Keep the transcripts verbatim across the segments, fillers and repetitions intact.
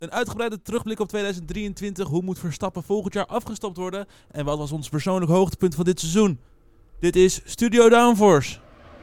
Een uitgebreide terugblik op tweeduizend drieëntwintig. Hoe moet Verstappen volgend jaar afgestopt worden? En wat was ons persoonlijk hoogtepunt van dit seizoen? Dit is Studio Downforce.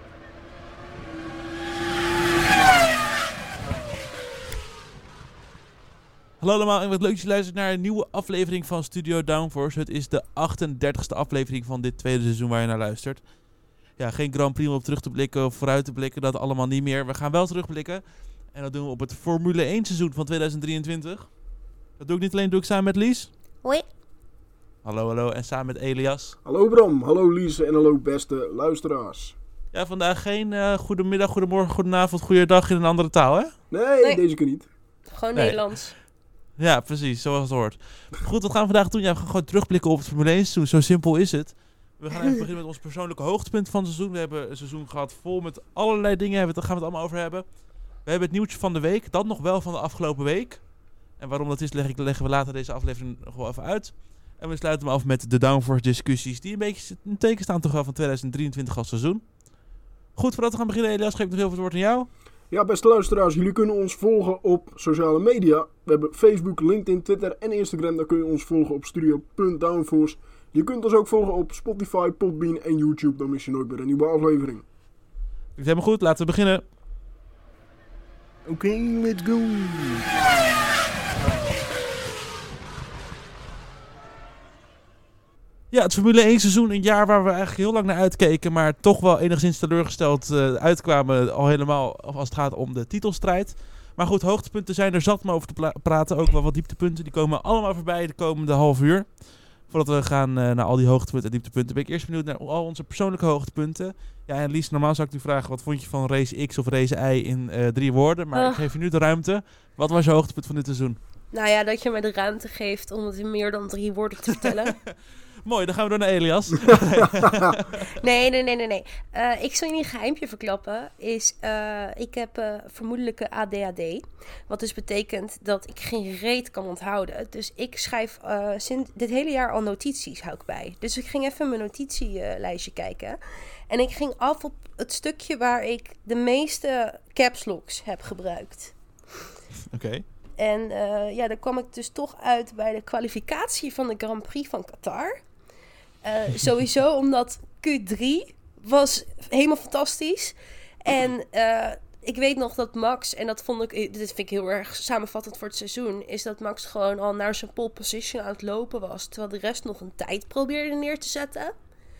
Hallo allemaal en wat leuk dat je luistert naar een nieuwe aflevering van Studio Downforce. Het is de achtendertigste aflevering van dit tweede seizoen waar je naar luistert. Ja, geen Grand Prix om op terug te blikken of vooruit te blikken, dat allemaal niet meer. We gaan wel terugblikken en dat doen we op het Formule één seizoen van tweeduizend drieëntwintig. Dat doe ik niet alleen, dat doe ik samen met Lies. Hoi. Hallo, hallo en samen met Elias. Hallo Bram, hallo Lies en hallo beste luisteraars. Ja, vandaag geen uh, goedemiddag, goedemorgen, goedenavond, goeiedag in een andere taal, hè? Nee, Nee. deze keer niet. Gewoon Nee. Nederlands. Ja, precies, zoals het hoort. Goed, wat gaan we vandaag doen? Ja, we gaan gewoon terugblikken op het Formule één seizoen. Zo simpel is het. We gaan even beginnen met ons persoonlijke hoogtepunt van het seizoen. We hebben een seizoen gehad vol met allerlei dingen. Daar gaan we het allemaal over hebben. We hebben het nieuwtje van de week. Dat nog wel van de afgelopen week. En waarom dat is, leg ik, leggen we later deze aflevering nog wel even uit. En we sluiten hem af met de Downforce discussies. Die een beetje in teken staan toch wel van tweeduizend drieëntwintig als seizoen. Goed, voordat we gaan beginnen, Elias, geef ik nog heel veel het woord aan jou. Ja, beste luisteraars, jullie kunnen ons volgen op sociale media. We hebben Facebook, LinkedIn, Twitter en Instagram. Daar kun je ons volgen op studio punt downforce. Je kunt ons ook volgen op Spotify, Podbean en YouTube. Dan mis je nooit meer een nieuwe aflevering. Helemaal goed, laten we beginnen. Oké, okay, let's go. Ja, het Formule één seizoen, een jaar waar we eigenlijk heel lang naar uitkeken, maar toch wel enigszins teleurgesteld uh, uitkwamen, al helemaal als het gaat om de titelstrijd. Maar goed, hoogtepunten zijn er zat om over te pla- praten, ook wel wat dieptepunten, die komen allemaal voorbij de komende half uur. Voordat we gaan uh, naar al die hoogtepunten en dieptepunten, ben ik eerst benieuwd naar al onze persoonlijke hoogtepunten. Ja, en Lies, normaal zou ik u vragen, wat vond je van race X of race Y in uh, drie woorden, maar Oh. ik geef je nu de ruimte. Wat was je hoogtepunt van dit seizoen? Nou ja, dat je me de ruimte geeft om het in meer dan drie woorden te vertellen. Mooi, dan gaan we door naar Elias. nee, nee, nee, nee. nee. Uh, ik zal je een geheimje verklappen. Is, uh, ik heb uh, vermoedelijke A D H D. Wat dus betekent dat ik geen reet kan onthouden. Dus ik schrijf uh, sinds dit hele jaar al notities, hou ik bij. Dus ik ging even mijn notitielijstje kijken. En ik ging af op het stukje waar ik de meeste caps locks heb gebruikt. Oké. Okay. En uh, ja, daar kwam ik dus toch uit bij de kwalificatie van de Grand Prix van Qatar. Uh, sowieso omdat Q drie was helemaal fantastisch. En uh, ik weet nog dat Max, en dat vond ik, dit vind ik heel erg samenvattend voor het seizoen, is dat Max gewoon al naar zijn pole position aan het lopen was, terwijl de rest nog een tijd probeerde neer te zetten.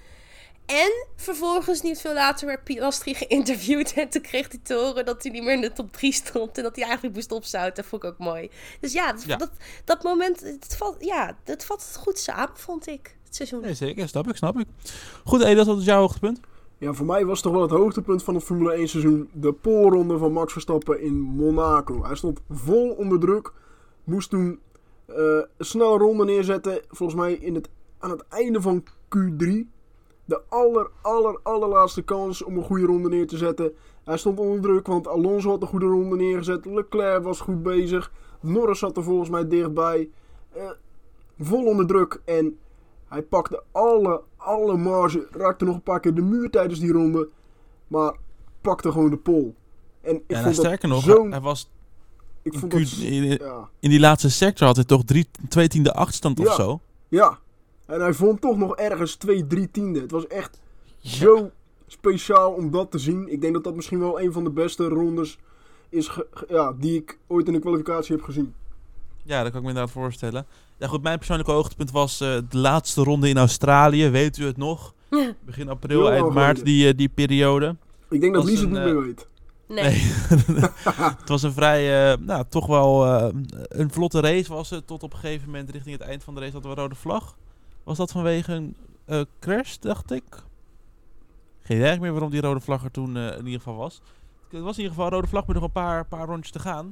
En vervolgens, niet veel later, werd Piastri geïnterviewd. En toen kreeg hij te horen dat hij niet meer in de top drie stond. En dat hij eigenlijk moest opzouten. Dat vond ik ook mooi. Dus ja, dat, ja. dat, dat moment, het vat, ja, dat vat het goed samen, vond ik. Het seizoen. Nee, zeker, snap ik, snap ik. Goed, Elias, wat is jouw hoogtepunt? Ja, voor mij was toch wel het hoogtepunt van het Formule één seizoen de poleronde van Max Verstappen in Monaco. Hij stond vol onder druk. Moest toen uh, een snelle ronde neerzetten. Volgens mij in het, aan het einde van Q drie. De aller, aller, allerlaatste kans om een goede ronde neer te zetten. Hij stond onder druk, want Alonso had een goede ronde neergezet. Leclerc was goed bezig. Norris zat er volgens mij dichtbij. Uh, vol onder druk. En hij pakte alle, alle marge. Raakte nog een paar keer de muur tijdens die ronde. Maar pakte gewoon de pole. En ik ja, vond nou, sterker nog, zo... hij was... Ik vond Q, dat... in, ja. in die laatste sector had hij toch drie, twee tiende achterstand ja. of zo? Ja. En hij vond toch nog ergens twee, drie tiende. Het was echt ja. zo speciaal om dat te zien. Ik denk dat dat misschien wel een van de beste rondes is ge- ge- ja, die ik ooit in de kwalificatie heb gezien. Ja, dat kan ik me inderdaad voorstellen. Ja goed, mijn persoonlijke hoogtepunt was uh, de laatste ronde in Australië. Weet u het nog? Ja. Begin april, eind maart, die, uh, die periode. Ik denk dat was Lies het een, niet uh, meer weet. Nee. nee. Het was een vrij, uh, nou toch wel uh, een vlotte race was het. Tot op een gegeven moment richting het eind van de race hadden we een rode vlag. Was dat vanwege een uh, crash, dacht ik? Geen idee meer waarom die rode vlag er toen uh, in ieder geval was. Het was in ieder geval een rode vlag met nog een paar, paar rondjes te gaan.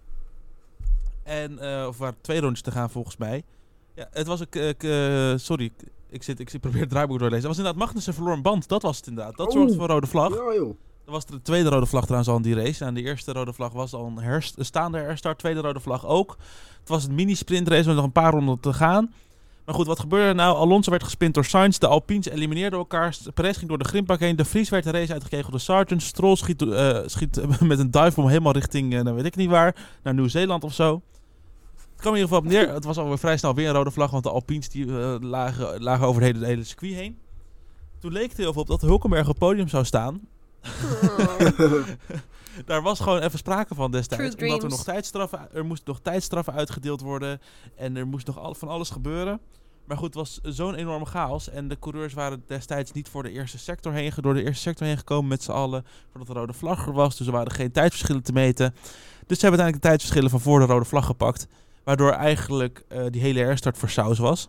En, uh, of waren twee rondjes te gaan volgens mij. Ja, het was een... Uh, uh, sorry, ik, zit, ik zit, probeer het draaiboek door te lezen. Dat was inderdaad Magnussen verloor een band. Dat was het inderdaad. Dat oh. zorgde voor een rode vlag. Ja, joh. Dat was de tweede rode vlag trouwens al in die race. En de eerste rode vlag was al een, herst- een staande herstart. Tweede rode vlag ook. Het was een mini-sprint race met nog een paar ronden te gaan. Maar goed, wat gebeurde er nou? Alonso werd gespind door Sainz. De Alpines elimineerden elkaar. Perez ging door de grindbak heen. De Vries werd de race uitgekegeld door Sargent. Stroll schiet, uh, schiet met een divebom helemaal richting, uh, nou weet ik niet waar, naar Nieuw-Zeeland of zo. kwam in ieder geval op neer. Het was alweer vrij snel weer een rode vlag, want de Alpines die, uh, lagen, lagen over het hele, hele circuit heen. Toen leek het heel veel op dat Hulkenberg op het podium zou staan. Oh. Daar was gewoon even sprake van destijds. Omdat er nog tijdstraffen, er moest nog tijdstraffen uitgedeeld worden. En er moest nog al, van alles gebeuren. Maar goed, het was zo'n enorme chaos. En de coureurs waren destijds niet voor de eerste sector heen, door de eerste sector heen gekomen met z'n allen. Voordat de rode vlag er was. Dus er waren geen tijdverschillen te meten. Dus ze hebben uiteindelijk de tijdverschillen van voor de rode vlag gepakt. Waardoor eigenlijk uh, die hele herstart voor saus was.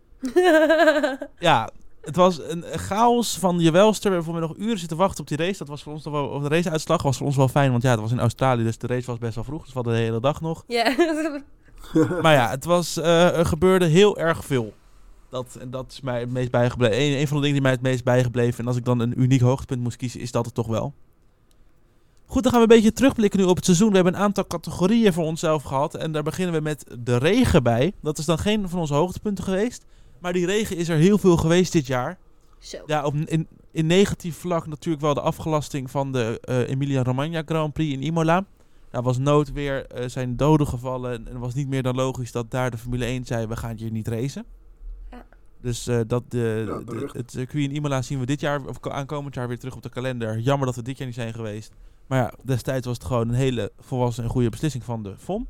Ja, het was een, een chaos van je welster. We hebben voor mij nog uren zitten wachten op die race. Dat was voor ons nog wel, of de raceuitslag was voor ons wel fijn. Want ja, het was in Australië, dus de race was best wel vroeg. Dus we hadden de hele dag nog. Ja. Yeah. Maar ja, het was, uh, er gebeurde heel erg veel. Dat, en dat is mij het meest bijgebleven. Een, een van de dingen die mij het meest bijgebleven. En als ik dan een uniek hoogtepunt moest kiezen, is dat het toch wel. Goed, dan gaan we een beetje terugblikken nu op het seizoen. We hebben een aantal categorieën voor onszelf gehad. En daar beginnen we met de regen bij. Dat is dan geen van onze hoogtepunten geweest. Maar die regen is er heel veel geweest dit jaar. Zo. Ja, op, in, in negatief vlak natuurlijk wel de afgelasting van de uh, Emilia-Romagna Grand Prix in Imola. Daar was noodweer, uh, zijn doden gevallen. En het was niet meer dan logisch dat daar de Formule één zei, we gaan hier niet racen. Ja. Dus uh, dat de, ja, de, het circuit in Imola zien we dit jaar, of aankomend jaar weer terug op de kalender. Jammer dat we dit jaar niet zijn geweest. Maar ja, destijds was het gewoon een hele volwassen en goede beslissing van de F O M.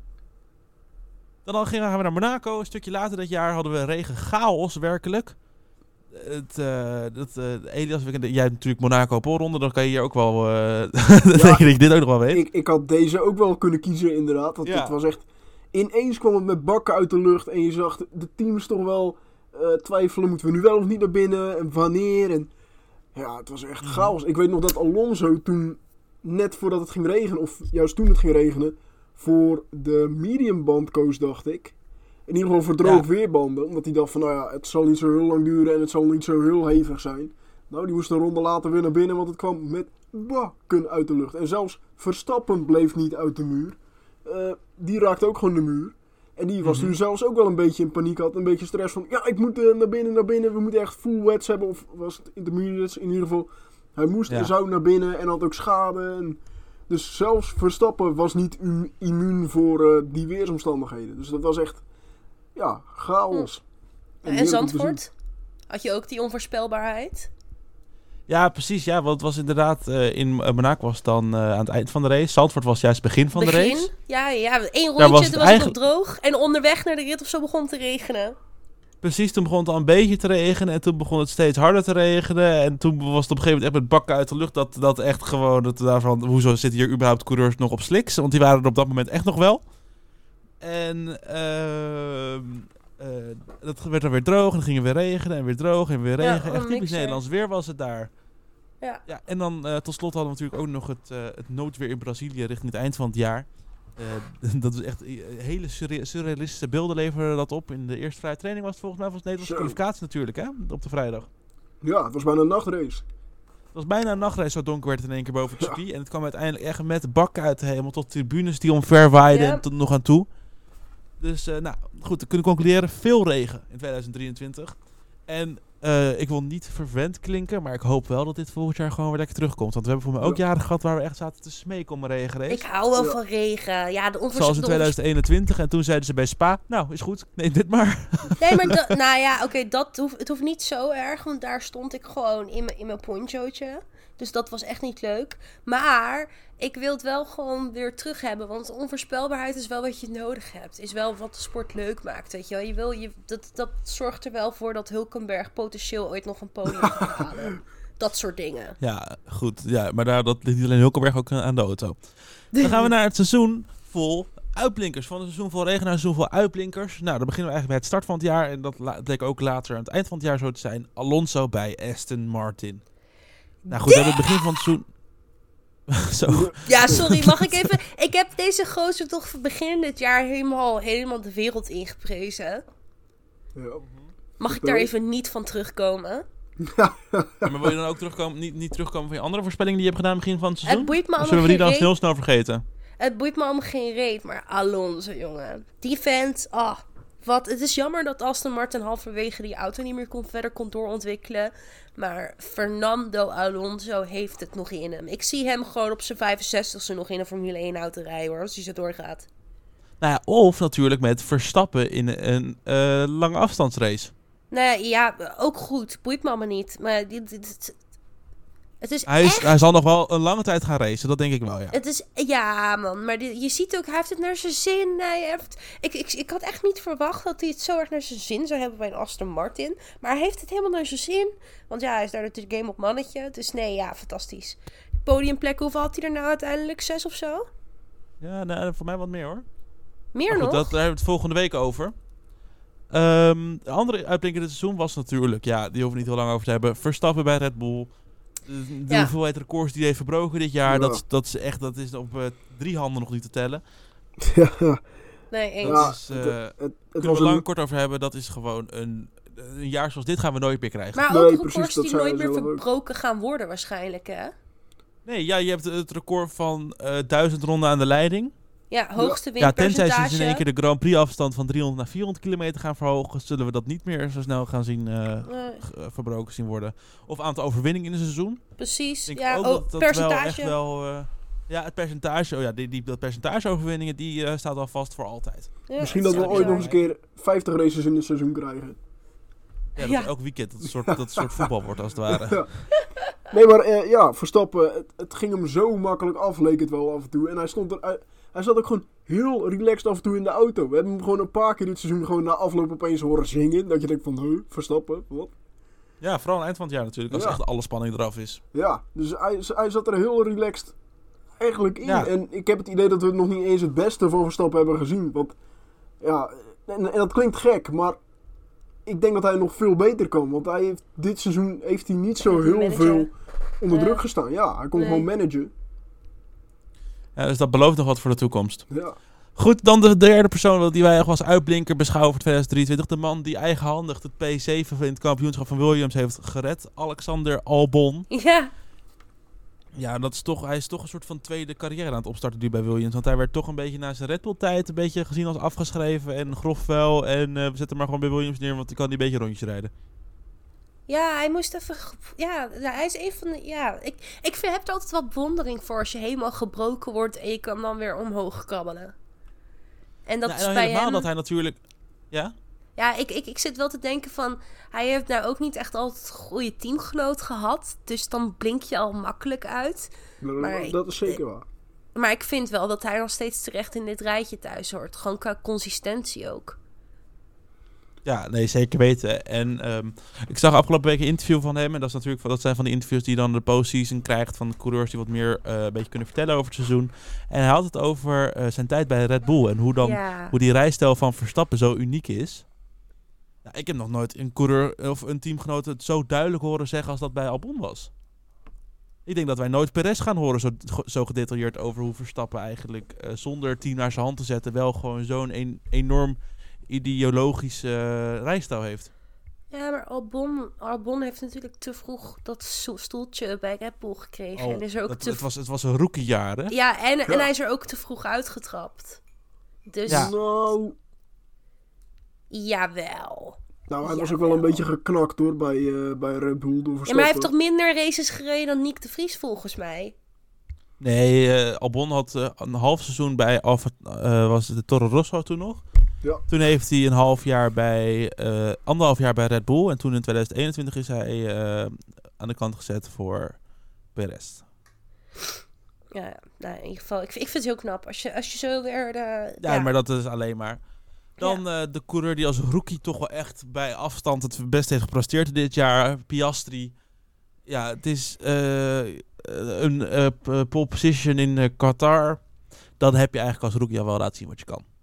Dan gaan we naar Monaco. Een stukje later dat jaar hadden we regen chaos, werkelijk. Het, uh, dat, uh, Elias, jij hebt natuurlijk Monaco Poolronde, dan kan je hier ook wel... Uh, dan denk je dat je dit ook nog wel weet. Ik, ik had deze ook wel kunnen kiezen, inderdaad. Want ja. Het was echt... Ineens kwam het met bakken uit de lucht en je zag de teams toch wel uh, twijfelen. Moeten we nu wel of niet naar binnen en wanneer? En ja, het was echt chaos. Ik weet nog dat Alonso toen, net voordat het ging regenen, of juist toen het ging regenen, voor de mediumband koos, dacht ik. In ieder geval voor droog ja. weerbanden. Omdat hij dacht van, nou ja, het zal niet zo heel lang duren en het zal niet zo heel hevig zijn. Nou, die moest een ronde later weer naar binnen, want het kwam met bakken uit de lucht. En zelfs Verstappen bleef niet uit de muur. Uh, die raakte ook gewoon de muur. En die was mm-hmm. toen zelfs ook wel een beetje in paniek, had een beetje stress van, ja, ik moet uh, naar binnen, naar binnen. We moeten echt full wets hebben, of was het intermediates in ieder geval. Hij moest ja. en zou naar binnen en had ook schade. En dus zelfs Verstappen was niet u- immuun voor uh, die weersomstandigheden. Dus dat was echt... Ja, chaos. Hm. En, en Zandvoort? Had je ook die onvoorspelbaarheid? Ja, precies. Ja, want het was inderdaad... Uh, in Monaco was het dan uh, aan het eind van de race. Zandvoort was juist het begin van begin? de race. Ja, ja. Eén rondje, was toen was eigen... het nog droog. En onderweg naar de rit of zo begon het te regenen. Precies, toen begon het al een beetje te regenen. En toen begon het steeds harder te regenen. En toen was het op een gegeven moment echt met bakken uit de lucht. Dat, dat echt gewoon... Dat daarvan, hoezo zitten hier überhaupt coureurs nog op slicks? Want die waren er op dat moment echt nog wel. En uh, uh, dat werd dan weer droog en dan ging het weer regenen en weer droog en weer regen. Ja, echt typisch Nederlands weer was het daar. Ja. Ja, en dan uh, tot slot hadden we natuurlijk ook nog het, uh, het noodweer in Brazilië richting het eind van het jaar. Uh, dat is echt uh, hele surre- surrealistische beelden leveren dat op. In de eerste vrije training was het volgens mij, was het Nederlandse kwalificatie natuurlijk, hè? Op de vrijdag. Ja, het was bijna een nachtrace. Het was bijna een nachtrace, zo donker werd het in één keer boven het circuit. Ja. En het kwam uiteindelijk echt met bakken uit de hemel tot tribunes die omver waaiden ja. en tot nog aan toe. Dus, uh, nou, goed, we kunnen concluderen. Veel regen in tweeduizend drieëntwintig. En uh, ik wil niet verwend klinken, maar ik hoop wel dat dit volgend jaar gewoon weer lekker terugkomt. Want we hebben voor mij ook ja. jaren gehad waar we echt zaten te smeken om een regenrace. Ik hou wel ja. van regen. Ja, de onvoorspel- Zoals in tweeduizend eenentwintig. En toen zeiden ze bij Spa, nou, is goed, neem dit maar. Nee, maar da- nou ja, oké, okay, dat hoeft, het hoeft niet zo erg. Want daar stond ik gewoon in, m- in mijn ponchootje. Dus dat was echt niet leuk. Maar ik wil het wel gewoon weer terug hebben. Want onvoorspelbaarheid is wel wat je nodig hebt. Is wel wat de sport leuk maakt. Weet je wel. Je wil, je, dat, dat zorgt er wel voor dat Hulkenberg potentieel ooit nog een podium gaat halen. Dat soort dingen. Ja, goed. Ja, maar daar, dat ligt niet alleen Hulkenberg ook aan de auto. Dan gaan we naar het seizoen vol uitblinkers. Van een seizoen vol regen naar een seizoen vol uitblinkers. Nou, dan beginnen we eigenlijk bij het start van het jaar. En dat la- bleek ook later aan het eind van het jaar zo te zijn. Alonso bij Aston Martin. Nou goed, we hebben het begin van het seizoen... Zo. Ja, sorry, mag ik even... Ik heb deze gozer toch begin dit jaar helemaal, helemaal de wereld ingeprezen. Ja. Mag ik daar even niet van terugkomen? Ja, maar wil je dan ook terugkomen, niet, niet terugkomen van je andere voorspellingen die je hebt gedaan begin van het seizoen? Het boeit me of zullen we die dan reet. heel snel vergeten? Het boeit me allemaal geen reet, maar Alonso, jongen. Die vent, ah... Wat, het is jammer dat Aston Martin halverwege die auto niet meer kon, verder kon doorontwikkelen. Maar Fernando Alonso heeft het nog in hem. Ik zie hem gewoon op zijn vijfenzestigste nog in een Formule één auto rijden, hoor, als hij zo doorgaat. Nou ja, of natuurlijk met Verstappen in een uh, lange afstandsrace. Nee, ja, ook goed. Boeit me allemaal niet. Maar dit, dit, het is hij, is, echt... hij zal nog wel een lange tijd gaan racen, dat denk ik wel, ja. Het is, ja man, maar dit, je ziet ook, hij heeft het naar zijn zin. Hij heeft, ik, ik, ik had echt niet verwacht dat hij het zo erg naar zijn zin zou hebben bij een Aston Martin. Maar hij heeft het helemaal naar zijn zin. Want ja, hij is daar natuurlijk game op mannetje. Dus nee, ja, fantastisch. Podiumplekken, hoeveel had hij er nou uiteindelijk? Zes of zo? Ja, nou, voor mij wat meer hoor. Meer goed, nog? Dat, daar hebben we het volgende week over. Um, de andere uitblinkende seizoen was natuurlijk, ja, die hoeven we niet heel lang over te hebben. Verstappen bij Red Bull. De, de ja. hoeveelheid records die hij heeft verbroken dit jaar, Ja. dat, dat is echt, dat is op uh, drie handen nog niet te tellen. Ja. Nee, eens. Ja, Dus, uh, het, het, het kunnen was we lang een... kort over hebben, dat is gewoon een, een jaar zoals dit gaan we nooit meer krijgen. Maar Nee, ook precies, records dat die zei nooit hij meer zelf ook. verbroken gaan worden waarschijnlijk, hè? Nee, ja, je hebt het record van uh, duizend ronden aan de leiding. Ja, hoogste Ja, winpercentage. tenzij ze in één keer de Grand Prix afstand van driehonderd naar vierhonderd kilometer gaan verhogen, zullen we dat niet meer zo snel gaan zien uh, Nee. g- uh, verbroken zien worden. Of aantal overwinningen in een seizoen. Precies, Ik denk ja, ook oh, dat dat wel percentage. echt wel... Uh, ja, het percentage, oh ja, die, die, dat percentage overwinningen, die uh, staat al vast voor altijd. Ja, Misschien het dat is we ook ooit nog bizar. eens een keer vijftig races in het seizoen krijgen. Ja, dat Ja. is elk weekend dat het een soort, dat het een soort voetbal wordt, als het ware. Ja. Nee, maar eh, ja, Verstappen, het, het ging hem zo makkelijk af, leek het wel af en toe. En hij stond er, hij, hij zat ook gewoon heel relaxed af en toe in de auto. We hebben hem gewoon een paar keer dit seizoen gewoon na afloop opeens horen zingen. Dat je denkt van, huh, Verstappen, wat? Ja, vooral aan het eind van het jaar natuurlijk, als Ja. echt alle spanning eraf is. Ja, dus hij, hij zat er heel relaxed eigenlijk in. Ja. En ik heb het idee dat we nog niet eens het beste van Verstappen hebben gezien. Want, ja, en, en dat klinkt gek, maar ik denk dat hij nog veel beter kan. Want hij heeft, dit seizoen heeft hij niet zo heel Manager. veel onder Ja. druk gestaan. Ja, hij kon Nee. gewoon managen. Ja, dus dat belooft nog wat voor de toekomst. Ja. Goed, dan de derde persoon die wij echt als uitblinker beschouwen voor tweeduizend drieëntwintig. De man die eigenhandig het P zeven in het kampioenschap van Williams heeft gered. Alexander Albon. Ja, Ja, dat is toch, hij is toch een soort van tweede carrière aan het opstarten nu bij Williams. Want hij werd toch een beetje na zijn Red Bull tijd een beetje gezien als afgeschreven en grof vuil. En uh, we zetten hem maar gewoon bij Williams neer, want hij kan die een beetje rondjes rijden. ja, hij moest even... Ja, ja, hij is een van de... Ja, ik, ik vind, heb er altijd wel bewondering voor als je helemaal gebroken wordt en je kan dan weer omhoog krabbelen. En dat Nou, is en bij helemaal hem... dat hij natuurlijk... Ja? Ja, ik, ik, ik zit wel te denken van... Hij heeft nou ook niet echt altijd een goede teamgenoot gehad. Dus dan blink je al makkelijk uit. Maar dat is zeker waar. Maar ik vind wel dat hij nog steeds terecht in dit rijtje thuis hoort. Gewoon qua consistentie ook. Ja, nee, zeker weten. En um, ik zag afgelopen week een interview van hem. En dat, is natuurlijk, dat zijn van die interviews die je dan de postseason krijgt van de coureurs die wat meer uh, een beetje kunnen vertellen over het seizoen. En hij had het over uh, zijn tijd bij Red Bull en hoe, dan, Ja. hoe die rijstijl van Verstappen zo uniek is. Nou, ik heb nog nooit een coureur of een teamgenoot het zo duidelijk horen zeggen als dat bij Albon was. Ik denk dat wij nooit Perez gaan horen zo, zo gedetailleerd over hoe Verstappen eigenlijk uh, zonder het team naar zijn hand te zetten wel gewoon zo'n een, enorm ideologische uh, rijstijl heeft. Ja, maar Albon, Albon heeft natuurlijk te vroeg dat so- stoeltje bij Red Bull gekregen. Oh, en is er ook dat, te het, was, het was een rookiejaar, hè? Ja, en, Ja. en hij is er ook te vroeg uitgetrapt. Dus Ja. Nou, jawel. nou, hij was Jawel. ook wel een beetje geknakt hoor bij, uh, bij Red Bull door Verstappen. Ja, maar hij heeft toch minder races gereden dan Nick de Vries volgens mij? Nee, uh, Albon had uh, een half seizoen bij Alfa, uh, was het de Toro Rosso toen nog. Ja. Toen heeft hij een half jaar bij, uh, anderhalf jaar bij Red Bull. En toen in tweeduizend eenentwintig is hij uh, aan de kant gezet voor Perez. Ja, nou, in ieder geval, ik, ik vind het heel knap. Als je, als je zo weer... De, Ja, maar dat is alleen maar. Dan uh, de coureur die als rookie toch wel echt bij afstand het best heeft gepresteerd dit jaar. Piastri. Ja, het is uh, een uh, pole position in uh, Qatar. Dan heb je eigenlijk als rookie al wel laten zien wat je kan.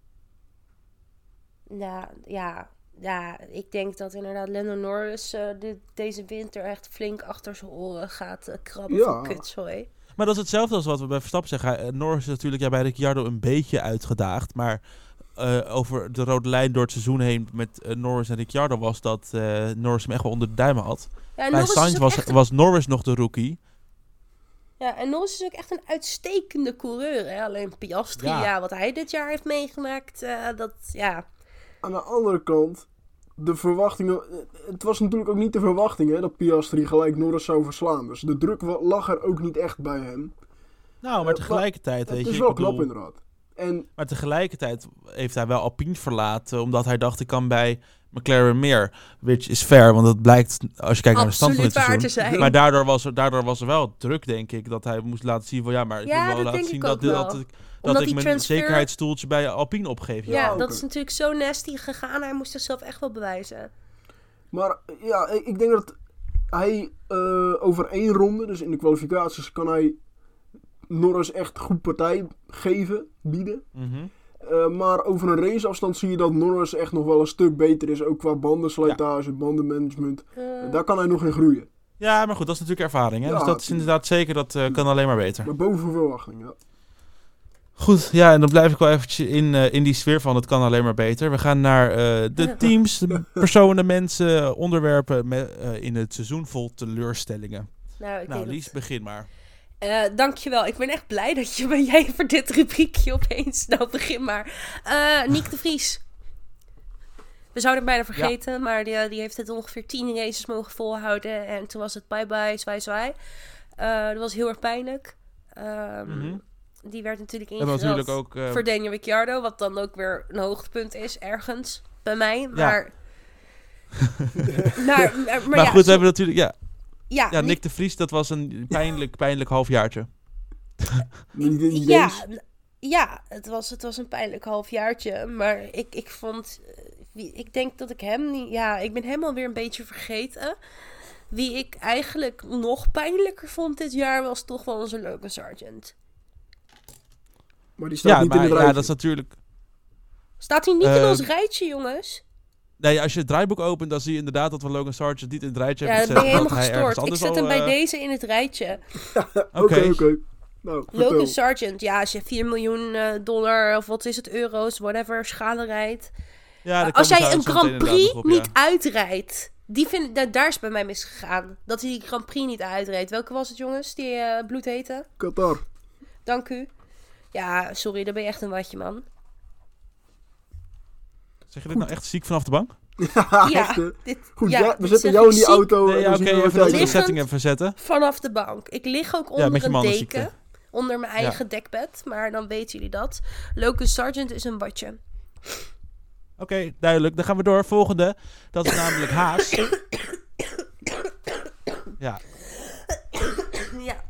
Nou, ja, ja, ik denk dat inderdaad Lando Norris uh, dit, deze winter echt flink achter zijn oren gaat uh, krabben Ja. van kutzooi. Maar dat is hetzelfde als wat we bij Verstappen zeggen. Uh, Norris is natuurlijk ja, bij Ricciardo een beetje uitgedaagd. Maar uh, over de rode lijn door het seizoen heen met uh, Norris en Ricciardo was dat uh, Norris hem echt wel onder de duimen had. Ja, en bij Norris is Sainz ook was, echt een- was Norris nog de rookie. Ja, en Norris is ook echt een uitstekende coureur. Hè? Alleen Piastri, Ja. ja. wat hij dit jaar heeft meegemaakt, uh, dat, ja... Aan de andere kant, de verwachtingen... Het was natuurlijk ook niet de verwachting hè, dat Piastri gelijk Norris zou verslaan. Dus de druk wa- lag er ook niet echt bij hem. Nou, maar Uh, tegelijkertijd, Het weet je, is ik wel bedoel, knap inderdaad. En Maar tegelijkertijd heeft hij wel Alpine verlaten, omdat hij dacht, ik kan bij McLaren meer. Which is fair, want dat blijkt als je kijkt naar de stand van Absoluut dit waar te seizoen. zijn. Maar daardoor was, er, daardoor was er wel druk, denk ik, dat hij moest laten zien van ja, maar ik Ja, wil wel dat laten denk zien ik dat, ook dit- wel. dat ik, dat Omdat ik die mijn transfer- zekerheidsstoeltje bij Alpine opgeef. Ja, Ja, dat oké. is natuurlijk zo nasty gegaan. Hij moest zichzelf echt wel bewijzen. Maar ja, ik ik denk dat hij eh, over één ronde, dus in de kwalificaties, kan hij Norris echt goed partij geven, bieden. Mhm. Uh, maar over een raceafstand zie je dat Norris echt nog wel een stuk beter is. Ook qua bandenslijtage, bandenmanagement. Uh, Daar kan hij nog in groeien. Ja, maar goed, dat is natuurlijk ervaring. Hè? Ja, dus dat is inderdaad zeker, dat eh, kan alleen maar beter. Maar boven verwachting, ja. Goed, ja, en dan blijf ik wel eventjes in, eh, in die sfeer van het kan alleen maar beter. We gaan naar eh, de teams, de personen, mensen, onderwerpen met, eh, in het seizoen vol teleurstellingen. nou, ik Nou, denk Lies, dat... begin maar. Eh, dankjewel. Ik ben echt blij dat je ben jij voor dit rubriekje opeens. Nou, begin maar. Eh Nick de Vries. We zouden het bijna vergeten, maar die, die heeft het ongeveer tien races mogen volhouden. En toen was het bye-bye, zwaai, zwaai. Eh, dat was heel erg pijnlijk. Ehm, Mhm. Die werd natuurlijk En ingeruild natuurlijk ook... eh, voor Daniel Ricciardo, wat dan ook weer een hoogtepunt is, ergens, bij mij. Ja. Maar, maar, maar, maar, maar ja, goed, we zo- hebben natuurlijk... Ja, ja, ja, Nick- Nick de Vries, dat was een pijnlijk, pijnlijk halfjaartje. Niet, niet ja, eens. n- ja het, was, het was een pijnlijk halfjaartje. Maar ik, ik vond... eh, wie- Ik denk dat ik hem niet... Ja, ik ben hem alweer een beetje vergeten. Wie ik eigenlijk nog pijnlijker vond dit jaar was toch wel onze Logan Sargent. Maar die staat Ja, niet in maar het ja, rijtje. dat is natuurlijk... Staat hij niet in Eh, ons rijtje, jongens? Nee, als je het draaiboek opent, dan zie je inderdaad dat we Logan Sargent niet in het rijtje Ja, hebben dan ben je gezet, helemaal dat hij ergens gestoord. Ik anders zet hem al, bij eh, deze in het rijtje. Oké, Oké. oké. Nou, vertel. Logan Sargent, ja, als je vier miljoen eh, dollar of wat is het, euro's, whatever, schade rijdt. Ja, daar Als komen jij we een zo Grand meteen Prix inderdaad nog op, niet ja. uitrijdt, die vind, da- daar is bij mij misgegaan. Dat hij die Grand Prix niet uitreed. Welke was het, jongens, die eh, bloed heette? Qatar. Dank u. Ja, sorry, dan ben je echt een watje, man. Zeg je dit nou echt ziek vanaf de bank? Ja, Ja, echt, hè? dit, Goed, ja, ja, we dit zetten zeg jou ik in die ziek auto. Nee, en ja, dan oké, zien we even wat dat we jij de Liggend. setting even zetten. vanaf de bank. Ik lig ook onder met je een mannenziekte. deken. Onder mijn eigen dekbed, maar dan weten jullie dat. Logan Sargent is een watje. Oké, duidelijk. Dan gaan we door. Volgende. Dat is namelijk Haas. Ja. Ja.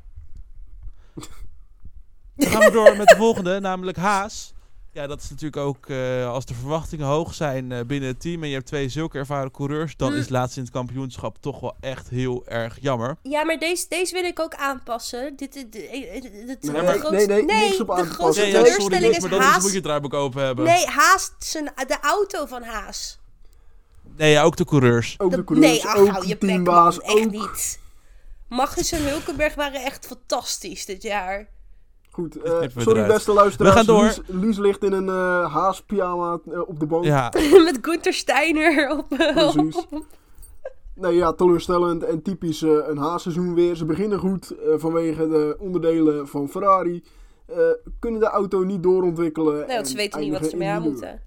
Dan gaan we door met de volgende, namelijk Haas. Ja, dat is natuurlijk ook, eh, als de verwachtingen hoog zijn eh, binnen het team en je hebt twee zulke ervaren coureurs, dan Mm. is laatst in het kampioenschap toch wel echt heel erg jammer. Ja, maar deze, deze wil ik ook aanpassen. Dit, dit, dit, dit- dit- Nee, de maar- grootste- nee, nee, niks op de aan te grootste passen. Nee, ja, Nee, sorry, teleurstelling Lies, is maar dan is, Haas. moet je het draaiboek open hebben. Nee, Haas, zijn, de auto van Haas. Nee, ja, ook de coureurs. Ook de De- coureurs, nee, ach, ook hou de je bek, teambaas, man. Echt ook. niet. Magnus en Hulkenberg waren echt fantastisch dit jaar. Goed, eh, knippen we sorry eruit. beste luisteraars. We gaan door. Lies, Lies ligt in een eh Haas-pyjama eh, op de bank. Ja, Met Gunther Steiner op... Precies. op- Nee, ja, teleurstellend en typisch eh, een Haas-seizoen weer. Ze beginnen goed eh, vanwege de onderdelen van Ferrari. Eh, kunnen de auto niet doorontwikkelen. Nee, want ze en weten niet wat ze eindigen mee in aan de moeten.